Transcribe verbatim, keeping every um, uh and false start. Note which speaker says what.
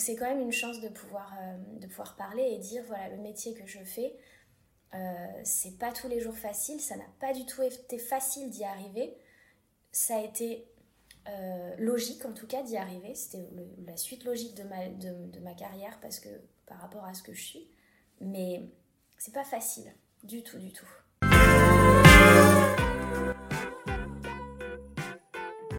Speaker 1: c'est quand même une chance de pouvoir, euh, de pouvoir parler et dire, voilà, le métier que je fais, euh, c'est pas tous les jours facile, ça n'a pas du tout été facile d'y arriver. Ça a été euh, logique, en tout cas, d'y arriver. C'était le, la suite logique de ma, de, de ma carrière, parce que par rapport à ce que je suis. Mais c'est pas facile, du tout, du tout.